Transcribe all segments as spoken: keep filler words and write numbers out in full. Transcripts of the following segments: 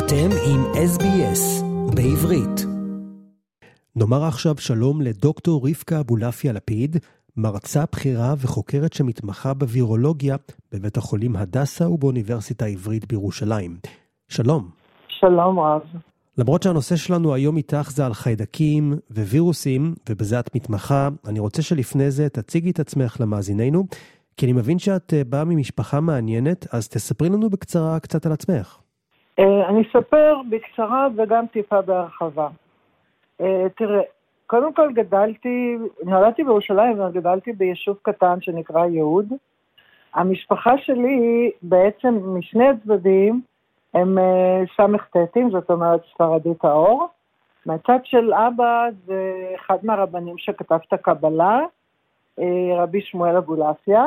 אתם עם אס בי אס בעברית. נאמר עכשיו שלום לדוקטור רבקה אבולעפיה לפיד, מרצה בחירה וחוקרת שמתמחה בווירולוגיה בבית החולים הדסה ובאוניברסיטה העברית בירושלים. שלום. שלום רב. למרות שהנושא שלנו היום איתך זה על חיידקים ווירוסים, ובזה את מתמחה, אני רוצה שלפני זה תציגי את עצמך למאזיננו, כי אני מבין שאת באה ממשפחה מעניינת, אז תספרי לנו בקצרה קצת על עצמך. אני אספר בקצרה וגם טיפה בהרחבה. תראה, קודם כל גדלתי, נולדתי בירושלים וגדלתי ביישוב קטן שנקרא יהוד. המשפחה שלי בעצם משני הצדדים הם סמכתתים, זאת אומרת ספרדית האור. מהצד של אבא זה אחד מהרבנים שכתב את הקבלה, רבי שמואל אבולעפיה,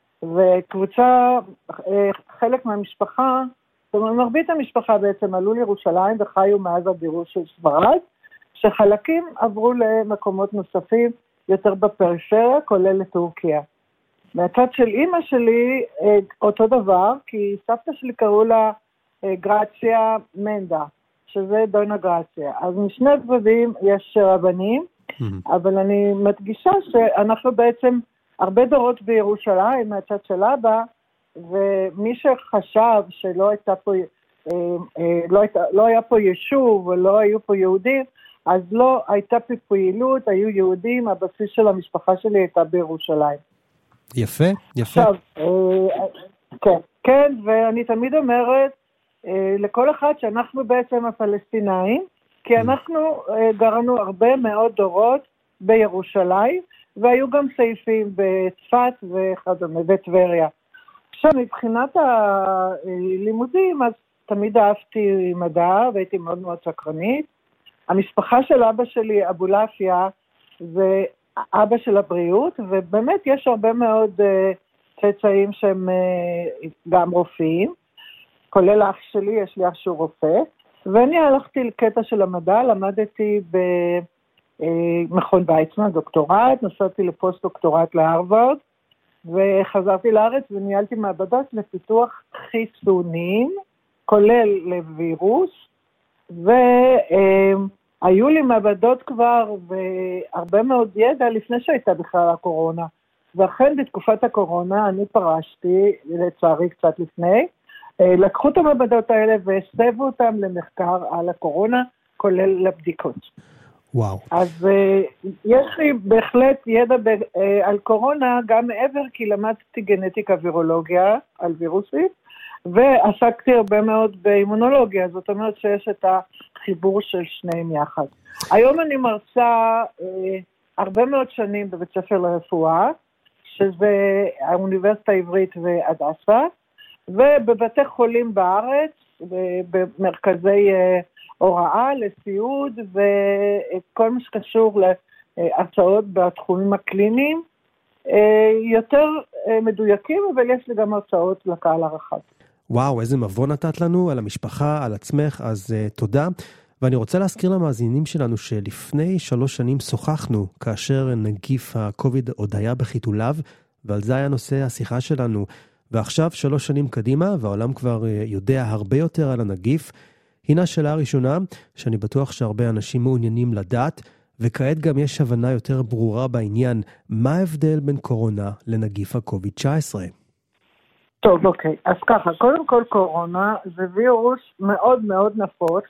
וקבוצה, חלק מהמשפחה, זאת אומרת, מרבית המשפחה בעצם עלו לירושלים וחיו מאז הגירוש של ספרד, שחלקים עברו למקומות נוספים יותר בפריפריה, כולל לטורקיה. מהצד של אמא שלי, אותו דבר, כי סבתא שלי קראו לה גרציה מנדה, שזה דונה גרציה. אז משני הצדדים יש רבנים, אבל אני מדגישה שאנחנו בעצם הרבה דורות בירושלים מהצד של אבא, ומי שחשב שלא הייתה פה, לא, הייתה, לא היה פה יישוב ולא היו פה יהודים, אז לא הייתה פה פעילות, היו יהודים, הבסיס של המשפחה שלי הייתה בירושלים. יפה, יפה. עכשיו, כן, כן, ואני תמיד אומרת לכל אחד שאנחנו בעצם הפלסטינאים, כי אנחנו גרנו הרבה מאוד דורות בירושלים, והיו גם סעיפים בצפת וכדומה, בטבריה. עכשיו, מבחינת הלימודים, אז תמיד אהבתי מדע, והייתי מאוד מאוד סקרנית. המשפחה של אבא שלי, אבולעפיה, זה אבא של הבריאות, ובאמת יש הרבה מאוד צאצאים שהם גם רופאים, כולל אח שלי, יש לי אח שהוא רופא, ואני הלכתי לקטע של המדע, למדתי במכון ויצמן, דוקטורט, נסעתי לפוסט דוקטורט להרווארד, וחזרתי לארץ וניהלתי מעבדות לפיתוח חיסונים, כולל לווירוס, והיו לי מעבדות כבר והרבה מאוד ידע לפני שהייתה בכלל הקורונה. ואכן בתקופת הקורונה אני פרשתי, לצערי קצת לפני, לקחו את המעבדות האלה והסבו אותם למחקר על הקורונה, כולל לבדיקות. וואו. אז uh, יש לי בהחלט ידע ב, uh, על קורונה, גם מעבר כי למדתי גנטיקה וירולוגיה על וירוסים, ועסקתי הרבה מאוד באימונולוגיה, זאת אומרת שיש את החיבור של שניהם יחד. היום אני מרצה uh, הרבה מאוד שנים בבית ספר לרפואה, שזה האוניברסיטה העברית והדסה, ובבתי חולים בארץ, במרכזי uh, הוראה לסיוד וכל מה שקשור להרצאות בתחומים הקליניים, יותר מדויקים, אבל יש לי גם הרצאות לקהל הרחב. וואו, איזה מבוא נתת לנו על המשפחה, על עצמך, אז uh, תודה. ואני רוצה להזכיר למאזינים שלנו שלפני שלוש שנים שוחחנו, כאשר נגיף הקוביד עוד היה בחיתוליו, ועל זה היה נושא השיחה שלנו. ועכשיו שלוש שנים קדימה, והעולם כבר uh, יודע הרבה יותר על הנגיף. הנה השאלה הראשונה, שאני בטוח שהרבה אנשים מעוניינים לדעת, וכעת גם יש הבנה יותר ברורה בעניין, מה ההבדל בין קורונה לנגיף הקוביד תשע עשרה? טוב, אוקיי. אז ככה, קודם כל קורונה זה וירוס מאוד מאוד נפוץ,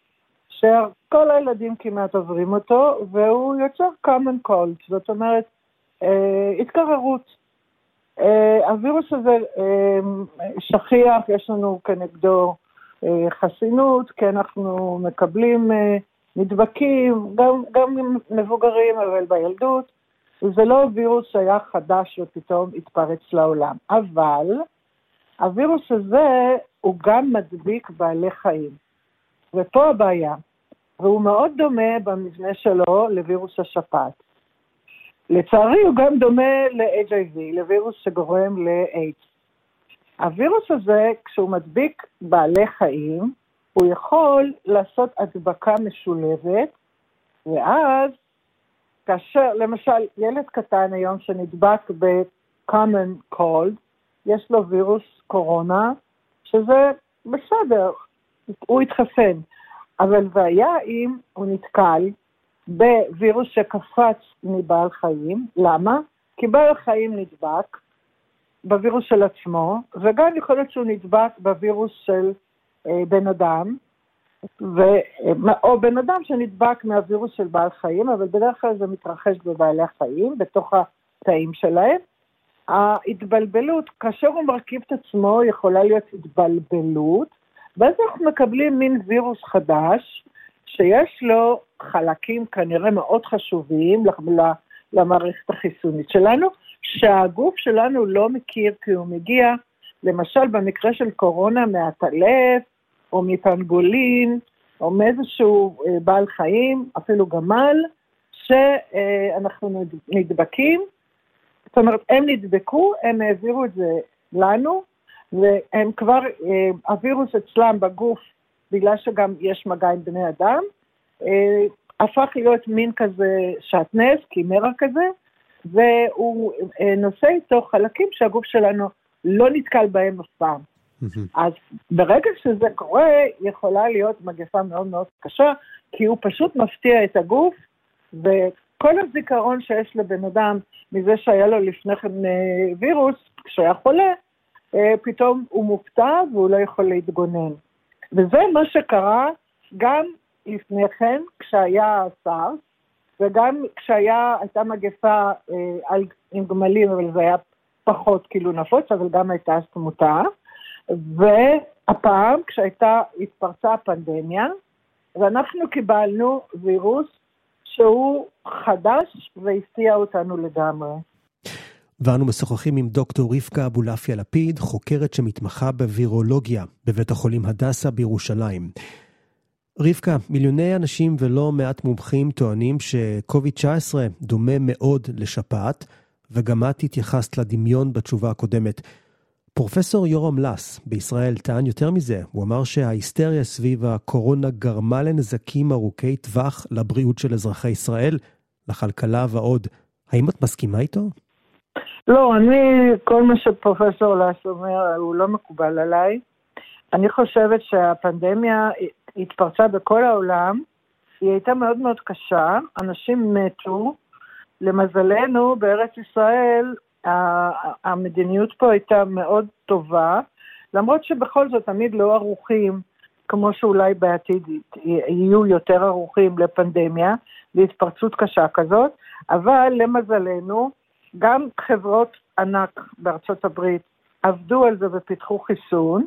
שכל הילדים כמעט עוברים אותו, והוא יוצר common cold, זאת אומרת, אה, התקררות. אה, הווירוס הזה אה, שכיח, יש לנו כנגדו, חסינות, כי אנחנו מקבלים נדבקים, גם, גם מבוגרים, אבל בילדות, וזה לא וירוס שהיה חדש ופתאום התפרץ לעולם. אבל הווירוס הזה הוא גם מדביק בעלי חיים. ופה הבעיה, והוא מאוד דומה במבנה שלו לווירוס השפעת. לצערי הוא גם דומה ל-אייץ' איי וי, לווירוס שגורם ל-איידס. הווירוס הזה, כשהוא מדביק בעלי חיים, הוא יכול לעשות הדבקה משולבת, ואז, כאשר, למשל, ילד קטן היום שנדבק ב-common cold, יש לו וירוס קורונה, שזה בסדר, הוא התחסן. אבל והיה אם הוא נתקל בווירוס שקפץ מבעל חיים. למה? כי בעל חיים נדבק בווירוס של עצמו, וגם יכול להיות שהוא נדבק בווירוס של אה, בן אדם, ו, או בן אדם שנדבק מהווירוס של בעל חיים, אבל בדרך כלל זה מתרחש בבעלי החיים, בתוך התאים שלהם. ההתבלבלות, כאשר הוא מרכיב את עצמו, יכולה להיות התבלבלות, ואז אנחנו מקבלים מין וירוס חדש, שיש לו חלקים כנראה מאוד חשובים למערכת החיסונית שלנו, שהגוף שלנו לא מכיר, כי הוא מגיע, למשל במקרה של קורונה, מהטלף, או מפנגולין, או מאיזשהו בעל חיים, אפילו גמל, שאנחנו נדבקים. זאת אומרת, הם נדבקו, הם העבירו את זה לנו, והם כבר, הווירוס אצלם בגוף, בגלל שגם יש מגע עם בני אדם, הפך להיות מין כזה שעטנז, קימרה כזה, והוא נושא איתו חלקים שהגוף שלנו לא נתקל בהם אף פעם. אז ברגע שזה קורה, יכולה להיות מגפה מאוד מאוד קשה, כי הוא פשוט מפתיע את הגוף, וכל הזיכרון שיש לבן אדם מזה שהיה לו לפני כן וירוס, כשהיה חולה, פתאום הוא מופתע והוא לא יכול להתגונן. וזה מה שקרה גם לפני כן, כשהיה סארס, וגם כשהייתה מגפה על, עם גמלים, אבל זה היה פחות כאילו נפוץ, אבל גם הייתה תמותה. והפעם כשהייתה התפרצה הפנדמיה, ואנחנו קיבלנו וירוס שהוא חדש והפתיע אותנו לגמרי. ואנו משוחחים עם דוקטור רבקה אבולעפיה לפיד, חוקרת שמתמחה בווירולוגיה בבית החולים הדסה בירושלים. רבקה, מיליוני אנשים ולא מעט מומחים טוענים שקוביד תשע עשרה דומה מאוד לשפעת, וגם את התייחסת לדמיון בתשובה הקודמת. פרופסור יורם לס בישראל טען יותר מזה, הוא אמר שההיסטריה סביב הקורונה גרמה לנזקים ארוכי טווח לבריאות של אזרחי ישראל, לכלכלה ועוד. האם את מסכימה איתו? לא, אני, כל מה שפרופסור לס אומר הוא לא מקובל עליי. אני חושבת שהפנדמיה התפרצה בכל העולם, היא הייתה מאוד מאוד קשה, אנשים מתו, למזלנו בארץ ישראל המדיניות פה הייתה מאוד טובה, למרות שבכל זאת תמיד לא ערוכים, כמו שאולי בעתיד יהיו יותר ערוכים לפנדמיה, להתפרצות קשה כזאת, אבל למזלנו, גם חברות ענק בארצות הברית עבדו על זה ופיתחו חיסון,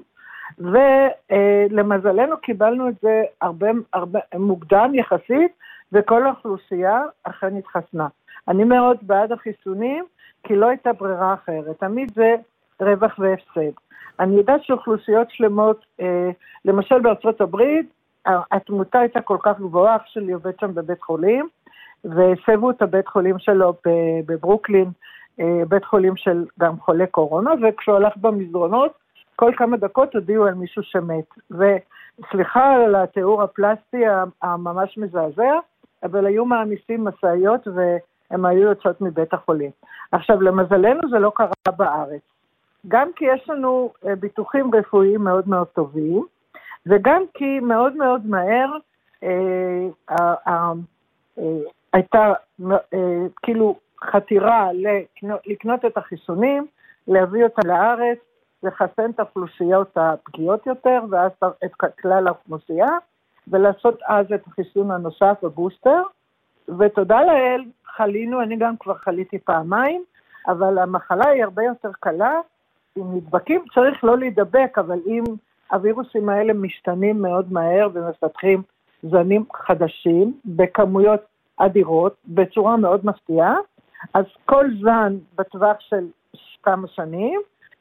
ולמזלנו קיבלנו את זה הרבה, הרבה מוקדם יחסית, וכל האוכלוסייה אכן התחסנה. אני מאוד בעד החיסונים, כי לא הייתה ברירה אחרת. תמיד זה רווח והפסד. אני יודעת שאוכלוסיות שלמות, אה, למשל בארצות הברית, התמותה הייתה כל כך גבוהה, אח שלי עובד שם בבית חולים, והסבו את הבית חולים שלו בברוקלין, אה, בית חולים של גם חולי קורונה, וכשהוא הלך במסדרונות, כל כמה דקות הודיעו על מישהו שמת. וסליחה על התיאור הפלסטי הממש מזעזע, אבל היו מעמיסים מסעיות והם היו יוצאות מבית החולים. עכשיו, למזלנו זה לא קרה בארץ. גם כי יש לנו ביטוחים רפואיים מאוד מאוד טובים, וגם כי מאוד מאוד מהר אה, אה, אה, הייתה אה, כאילו חתירה לקנות, לקנות את החיסונים, להביא אותם לארץ, לחסן את האוכלוסיות הפגיעות יותר, ואז את כלל האוכלוסייה, ולעשות אז את החיסון הנוסף, הבוסטר, ותודה לאל, חלינו, אני גם כבר חליתי פעמיים, אבל המחלה היא הרבה יותר קלה, אם נדבקים צריך לא להידבק, אבל אם הווירוסים האלה משתנים מאוד מהר, ומפתחים זנים חדשים, בכמויות אדירות, בצורה מאוד מפתיעה, אז כל זן בטווח של כמה שנים,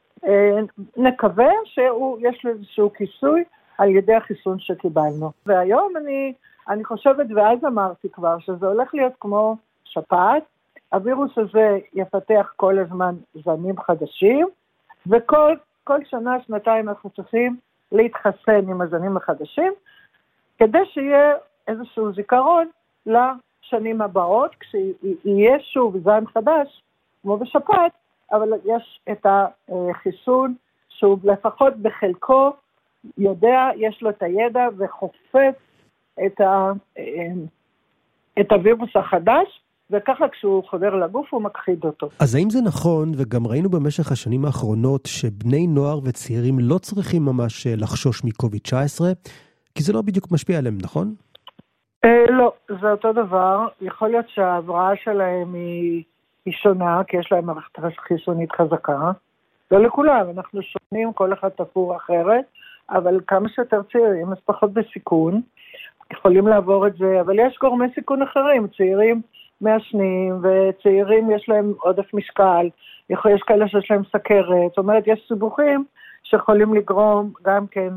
נקווה שיש לו איזשהו כיסוי על ידי החיסון שקיבלנו. והיום אני, אני חושבת, ואז אמרתי כבר, שזה הולך להיות כמו שפעת, הווירוס הזה יפתח כל הזמן זנים חדשים, וכל כל שנה, שנתיים אנחנו צריכים להתחסן עם הזנים החדשים, כדי שיהיה איזשהו זיכרון לשנים הבאות, כשיהיה שוב זן חדש, כמו בשפעת, אבל יש את החיסון שהוא לפחות בחלקו יודע, יש לו את הידע וחופף את, ה, את הווירוס החדש, וככה כשהוא חודר לגוף הוא מכחיד אותו. אז האם זה נכון, וגם ראינו במשך השנים האחרונות, שבני נוער וצעירים לא צריכים ממש לחשוש מקוביד תשע עשרה, כי זה לא בדיוק משפיע עליהם, נכון? אה, לא, זה אותו דבר. יכול להיות שההבראה שלהם היא, היא שונה, כי יש להם מערכת חיסונית חזקה. לא לכולם, אנחנו שונים, כל אחד תפור אחרת, אבל כמה שיותר צעירים, אז פחות בסיכון, יכולים לעבור את זה, אבל יש גורמי סיכון אחרים, צעירים מעשנים, וצעירים יש להם עודף משקל, יכול, יש כאלה שיש להם סכרת, זאת אומרת, יש סיבוכים שיכולים לגרום גם כן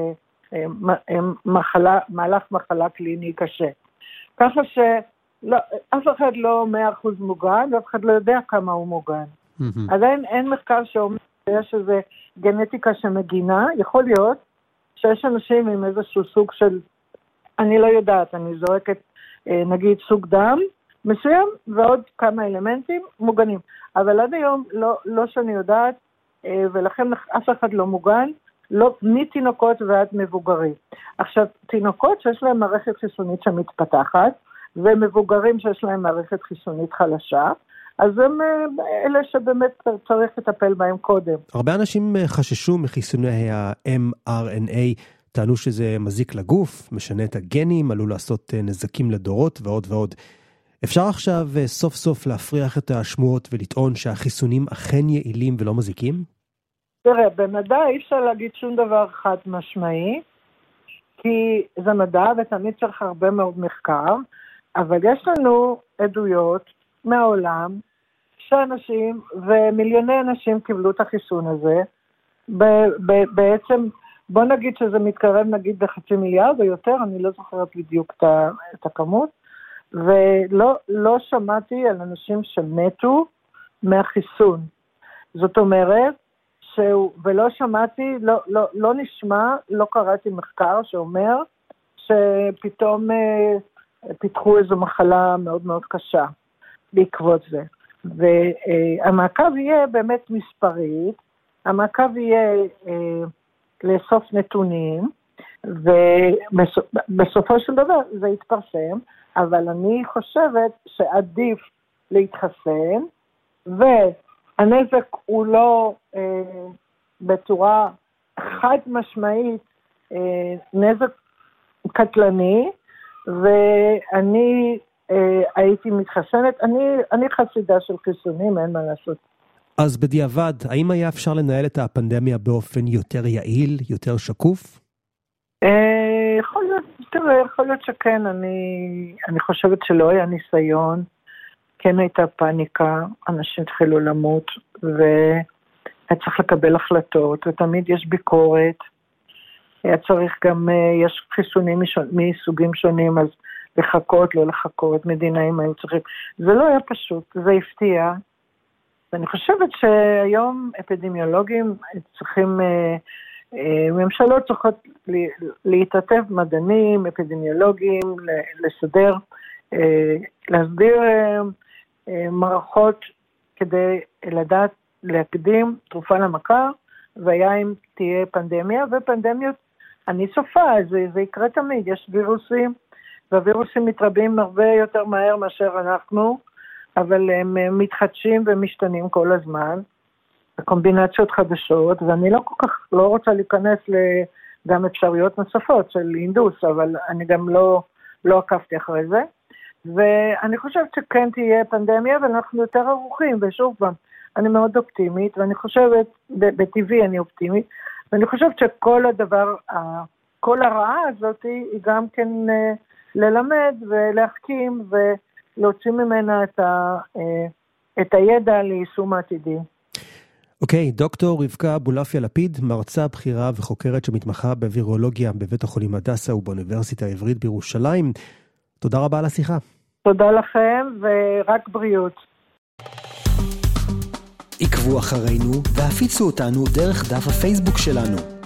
למחלה, מהלך מחלה קליני קשה. ככה שאף אחד לא מאה אחוז מוגן, ואף אחד לא יודע כמה הוא מוגן. Mm-hmm. עדיין אין מחקר שאומר שיש איזו גנטיקה שמגינה, יכול להיות שיש אנשים עם איזשהו סוג של, אני לא יודעת, אני זורקת נגיד סוג דם מסוים, ועוד כמה אלמנטים מוגנים. אבל עד היום לא, לא שאני יודעת, ולכן אף אחד לא מוגן, לא מתינוקות ועד מבוגרים. עכשיו, תינוקות שיש להם מערכת חיסונית שמתפתחת, ומבוגרים שיש להם מערכת חיסונית חלשה, אז הם אלה שבאמת צריך לטפל בהם קודם. הרבה אנשים חששו מחיסוני ה-אם אר אן איי, טענו שזה מזיק לגוף, משנה את הגנים, עלול לעשות נזקים לדורות ועוד ועוד. אפשר עכשיו סוף סוף להפריח את השמועות ולטעון שהחיסונים אכן יעילים ולא מזיקים? תראה, במדע אי אפשר להגיד שום דבר חד משמעי, כי זה מדע ותמיד צריך הרבה מאוד מחקר, אבל יש לנו עדויות מהעולם שאנשים ומיליוני אנשים קיבלו את החיסון הזה, ב- ב- בעצם בוא נגיד שזה מתקרב נגיד לחצי מיליארד או יותר, אני לא זוכרת בדיוק את, ה- את הכמות, ולא לא שמעתי על אנשים שמתו מהחיסון. זאת אומרת, שהוא, ולא שמעתי, לא, לא, לא נשמע, לא קראתי מחקר שאומר שפתאום אה, פיתחו איזו מחלה מאוד מאוד קשה בעקבות זה. והמעקב יהיה באמת מספרית, המעקב יהיה אה, לאסוף נתונים, ובסופו של דבר זה יתפרסם, אבל אני חושבת שעדיף להתחסן, והנזק הוא לא אה, בצורה חד משמעית אה, נזק קטלני, ואני אה, הייתי מתחסנת, אני, אני חסידה של חיסונים, אין מה לעשות. אז בדיעבד, האם היה אפשר לנהל את הפנדמיה באופן יותר יעיל, יותר שקוף? אה, יכול להיות, תראה, יכול להיות שכן, אני, אני חושבת שלא היה ניסיון, כן הייתה פאניקה, אנשים התחילו למות, והיה צריך לקבל החלטות, ותמיד יש ביקורת, היה צריך גם, יש חיסונים מסוגים שונים, אז לחכות, לא לחכות, מדינאים היו צריכים, זה לא היה פשוט, זה הפתיע, ואני חושבת שהיום אפידמיולוגים צריכים, ממשלות צריכות להתעטף מדענים, אפידמיולוגים, לסדר, להסדיר מערכות כדי לדעת להקדים תרופה למכה, והיה אם תהיה פנדמיה, ופנדמיות, אני סופה, זה, זה יקרה תמיד, יש וירוסים, והווירוסים מתרבים הרבה יותר מהר מאשר אנחנו, אבל הם מתחדשים ומשתנים כל הזמן, בקומבינציות חדשות, ואני לא כל כך, לא רוצה להיכנס גם אפשרויות נוספות של אינדוס, אבל אני גם לא, לא עקבתי אחרי זה, ואני חושבת שכן תהיה פנדמיה, ואנחנו יותר ערוכים, ושוב פעם, אני מאוד אופטימית, ואני חושבת, בטבעי אני אופטימית, ואני חושבת שכל הדבר, כל הרעה הזאת היא גם כן ללמד ולהחכים ולהוציא ממנה את, ה, את הידע ליישום העתידי. אוקיי, okay, דוקטור רבקה אבולעפיה לפיד, מרצה בכירה וחוקרת שמתמחה בווירולוגיה בבית החולים הדסה ובאוניברסיטה העברית בירושלים. תודה רבה על השיחה. תודה לכם ורק בריאות. עקבו אחרינו והפיצו אותנו דרך דף הפייסבוק שלנו.